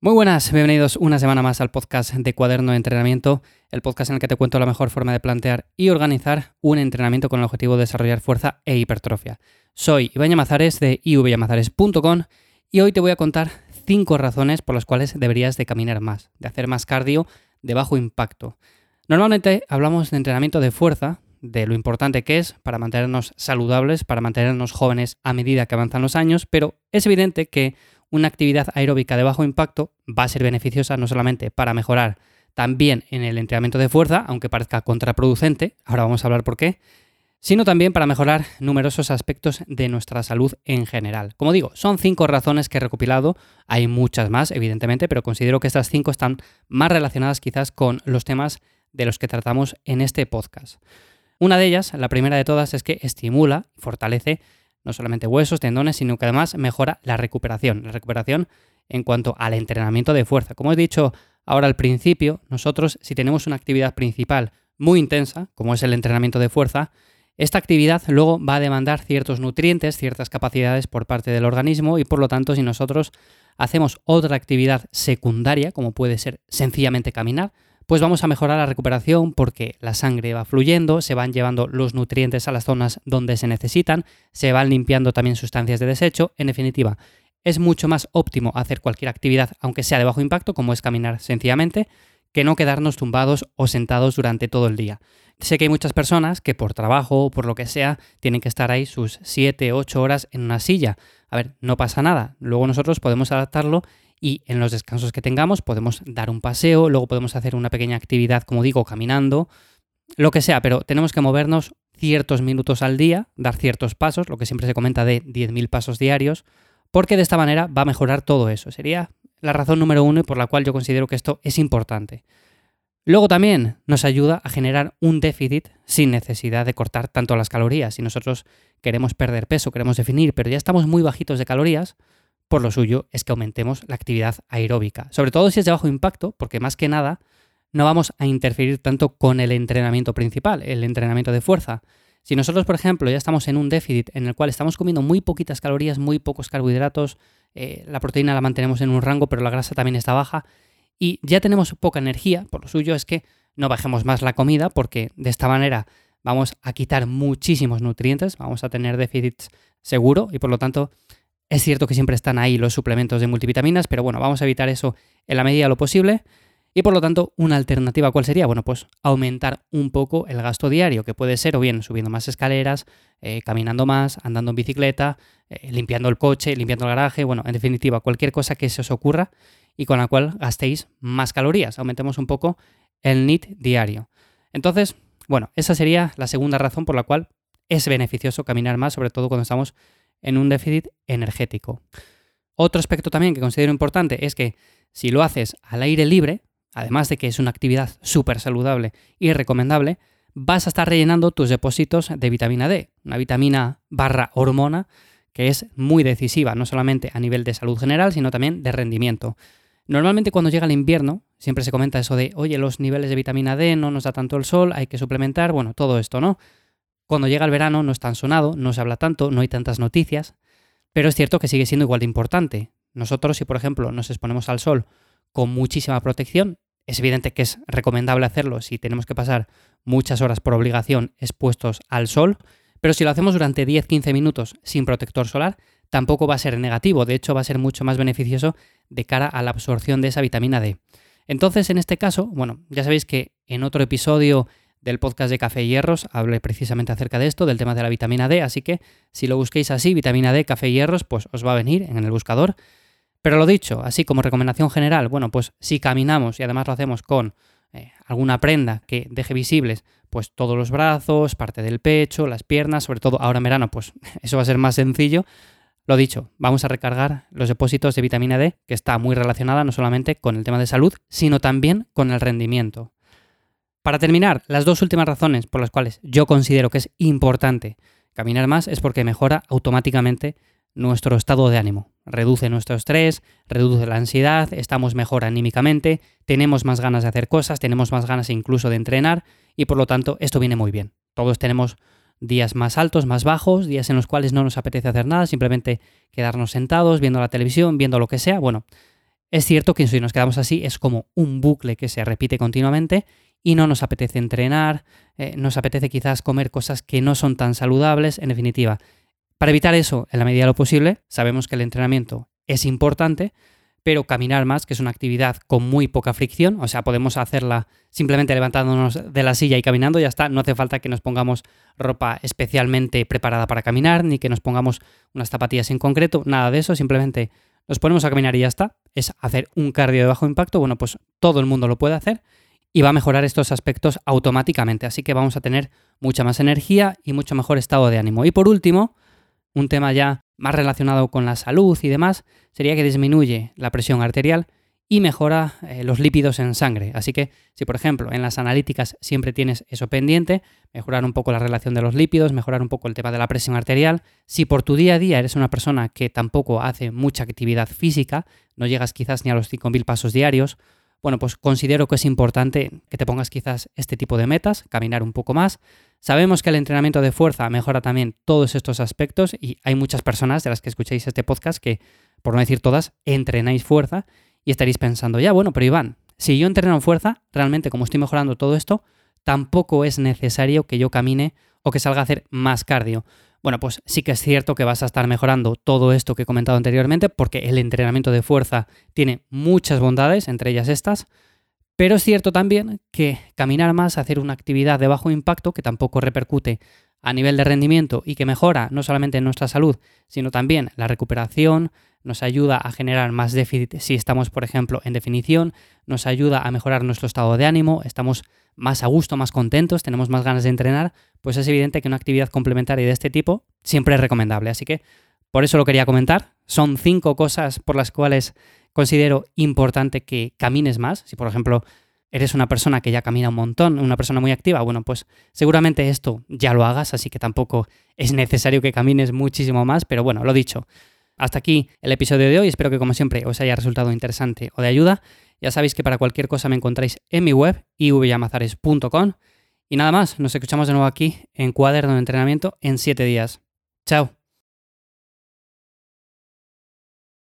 Muy buenas, bienvenidos una semana más al podcast de Cuaderno de Entrenamiento, el podcast en el que te cuento la mejor forma de plantear y organizar un entrenamiento con el objetivo de desarrollar fuerza e hipertrofia. Soy Iván Llamazares de ivllamazares.com y hoy te voy a contar 5 razones por las cuales deberías de caminar más, de hacer más cardio de bajo impacto. Normalmente hablamos de entrenamiento de fuerza, de lo importante que es para mantenernos saludables, para mantenernos jóvenes a medida que avanzan los años, pero es evidente que una actividad aeróbica de bajo impacto va a ser beneficiosa no solamente para mejorar también en el entrenamiento de fuerza, aunque parezca contraproducente, ahora vamos a hablar por qué, sino también para mejorar numerosos aspectos de nuestra salud en general. Como digo, son 5 razones que he recopilado, hay muchas más evidentemente, pero considero que estas 5 están más relacionadas quizás con los temas de los que tratamos en este podcast. Una de ellas, la primera de todas, es que estimula y fortalece no solamente huesos, tendones, sino que además mejora la recuperación. La recuperación en cuanto al entrenamiento de fuerza. Como he dicho ahora al principio, nosotros si tenemos una actividad principal muy intensa, como es el entrenamiento de fuerza, esta actividad luego va a demandar ciertos nutrientes, ciertas capacidades por parte del organismo y por lo tanto si nosotros hacemos otra actividad secundaria, como puede ser sencillamente caminar, pues vamos a mejorar la recuperación porque la sangre va fluyendo, se van llevando los nutrientes a las zonas donde se necesitan, se van limpiando también sustancias de desecho. En definitiva, es mucho más óptimo hacer cualquier actividad, aunque sea de bajo impacto, como es caminar sencillamente, que no quedarnos tumbados o sentados durante todo el día. Sé que hay muchas personas que por trabajo o por lo que sea tienen que estar ahí sus 7, 8 horas en una silla. A ver, no pasa nada. Luego nosotros podemos adaptarlo y en los descansos que tengamos podemos dar un paseo, luego podemos hacer una pequeña actividad, como digo, caminando, lo que sea, pero tenemos que movernos ciertos minutos al día, dar ciertos pasos, lo que siempre se comenta de 10.000 pasos diarios, porque de esta manera va a mejorar todo eso. Sería la razón número 1 y por la cual yo considero que esto es importante. Luego también nos ayuda a generar un déficit sin necesidad de cortar tanto las calorías. Si nosotros queremos perder peso, queremos definir, pero ya estamos muy bajitos de calorías, por lo suyo es que aumentemos la actividad aeróbica. Sobre todo si es de bajo impacto, porque más que nada no vamos a interferir tanto con el entrenamiento principal, el entrenamiento de fuerza. Si nosotros, por ejemplo, ya estamos en un déficit en el cual estamos comiendo muy poquitas calorías, muy pocos carbohidratos, la proteína la mantenemos en un rango, pero la grasa también está baja, y ya tenemos poca energía, por lo suyo es que no bajemos más la comida, porque de esta manera vamos a quitar muchísimos nutrientes, vamos a tener déficits seguro, y por lo tanto es cierto que siempre están ahí los suplementos de multivitaminas, pero bueno, vamos a evitar eso en la medida de lo posible. Y por lo tanto, una alternativa, ¿cuál sería? Bueno, pues aumentar un poco el gasto diario, que puede ser o bien subiendo más escaleras, caminando más, andando en bicicleta, limpiando el coche, limpiando el garaje, bueno, en definitiva, cualquier cosa que se os ocurra y con la cual gastéis más calorías. Aumentemos un poco el NEAT diario. Entonces, bueno, esa sería la segunda razón por la cual es beneficioso caminar más, sobre todo cuando estamos en un déficit energético. Otro aspecto también que considero importante es que si lo haces al aire libre, además de que es una actividad súper saludable y recomendable, vas a estar rellenando tus depósitos de vitamina D, una vitamina / hormona que es muy decisiva, no solamente a nivel de salud general, sino también de rendimiento. Normalmente cuando llega el invierno, siempre se comenta eso de, oye, los niveles de vitamina D no nos da tanto el sol, hay que suplementar, bueno, todo esto, ¿no? Cuando llega el verano no es tan sonado, no se habla tanto, no hay tantas noticias, pero es cierto que sigue siendo igual de importante. Nosotros, si por ejemplo nos exponemos al sol con muchísima protección, es evidente que es recomendable hacerlo si tenemos que pasar muchas horas por obligación expuestos al sol, pero si lo hacemos durante 10-15 minutos sin protector solar, tampoco va a ser negativo, de hecho va a ser mucho más beneficioso de cara a la absorción de esa vitamina D. Entonces, en este caso, bueno, ya sabéis que en otro episodio del podcast de Café y Hierros hablé precisamente acerca de esto, del tema de la vitamina D, así que si lo busquéis así, vitamina D, Café y Hierros, pues os va a venir en el buscador. Pero lo dicho, así como recomendación general, bueno, pues si caminamos y además lo hacemos con alguna prenda que deje visibles pues todos los brazos, parte del pecho, las piernas, sobre todo ahora en verano, pues eso va a ser más sencillo. Lo dicho, vamos a recargar los depósitos de vitamina D, que está muy relacionada no solamente con el tema de salud, sino también con el rendimiento. Para terminar, las 2 últimas razones por las cuales yo considero que es importante caminar más es porque mejora automáticamente nuestro estado de ánimo. Reduce nuestro estrés, reduce la ansiedad, estamos mejor anímicamente, tenemos más ganas de hacer cosas, tenemos más ganas incluso de entrenar y por lo tanto esto viene muy bien. Todos tenemos días más altos, más bajos, días en los cuales no nos apetece hacer nada, simplemente quedarnos sentados, viendo la televisión, viendo lo que sea. Bueno, Es cierto que si nos quedamos así es como un bucle que se repite continuamente y no nos apetece entrenar, nos apetece quizás comer cosas que no son tan saludables, en definitiva. Para evitar eso, en la medida de lo posible, sabemos que el entrenamiento es importante, pero caminar más, que es una actividad con muy poca fricción, o sea, podemos hacerla simplemente levantándonos de la silla y caminando, ya está, no hace falta que nos pongamos ropa especialmente preparada para caminar, ni que nos pongamos unas zapatillas en concreto, nada de eso, simplemente nos ponemos a caminar y ya está. Es hacer un cardio de bajo impacto, bueno, pues todo el mundo lo puede hacer y va a mejorar estos aspectos automáticamente, así que vamos a tener mucha más energía y mucho mejor estado de ánimo. Y por último, un tema ya más relacionado con la salud y demás, sería que disminuye la presión arterial y mejora los lípidos en sangre. Así que si, por ejemplo, en las analíticas siempre tienes eso pendiente, mejorar un poco la relación de los lípidos, mejorar un poco el tema de la presión arterial. Si por tu día a día eres una persona que tampoco hace mucha actividad física, no llegas quizás ni a los 5.000 pasos diarios, bueno, pues considero que es importante que te pongas quizás este tipo de metas, caminar un poco más. Sabemos que el entrenamiento de fuerza mejora también todos estos aspectos y hay muchas personas de las que escucháis este podcast que, por no decir todas, entrenáis fuerza y estaréis pensando, ya bueno, pero Iván, si yo entreno fuerza, realmente como estoy mejorando todo esto, tampoco es necesario que yo camine o que salga a hacer más cardio. Bueno, pues sí que es cierto que vas a estar mejorando todo esto que he comentado anteriormente porque el entrenamiento de fuerza tiene muchas bondades, entre ellas estas, pero es cierto también que caminar más, hacer una actividad de bajo impacto que tampoco repercute a nivel de rendimiento y que mejora no solamente nuestra salud, sino también la recuperación, nos ayuda a generar más déficit si estamos, por ejemplo, en definición, nos ayuda a mejorar nuestro estado de ánimo, estamos más a gusto, más contentos, tenemos más ganas de entrenar, pues es evidente que una actividad complementaria de este tipo siempre es recomendable. Así que por eso lo quería comentar. Son 5 cosas por las cuales considero importante que camines más. Si, por ejemplo, eres una persona que ya camina un montón, una persona muy activa, bueno, pues seguramente esto ya lo hagas, así que tampoco es necesario que camines muchísimo más, pero bueno, lo dicho. Hasta aquí el episodio de hoy, espero que como siempre os haya resultado interesante o de ayuda. Ya sabéis que para cualquier cosa me encontráis en mi web, ivyamazares.com. Y nada más, nos escuchamos de nuevo aquí en Cuaderno de Entrenamiento en 7 días. ¡Chao!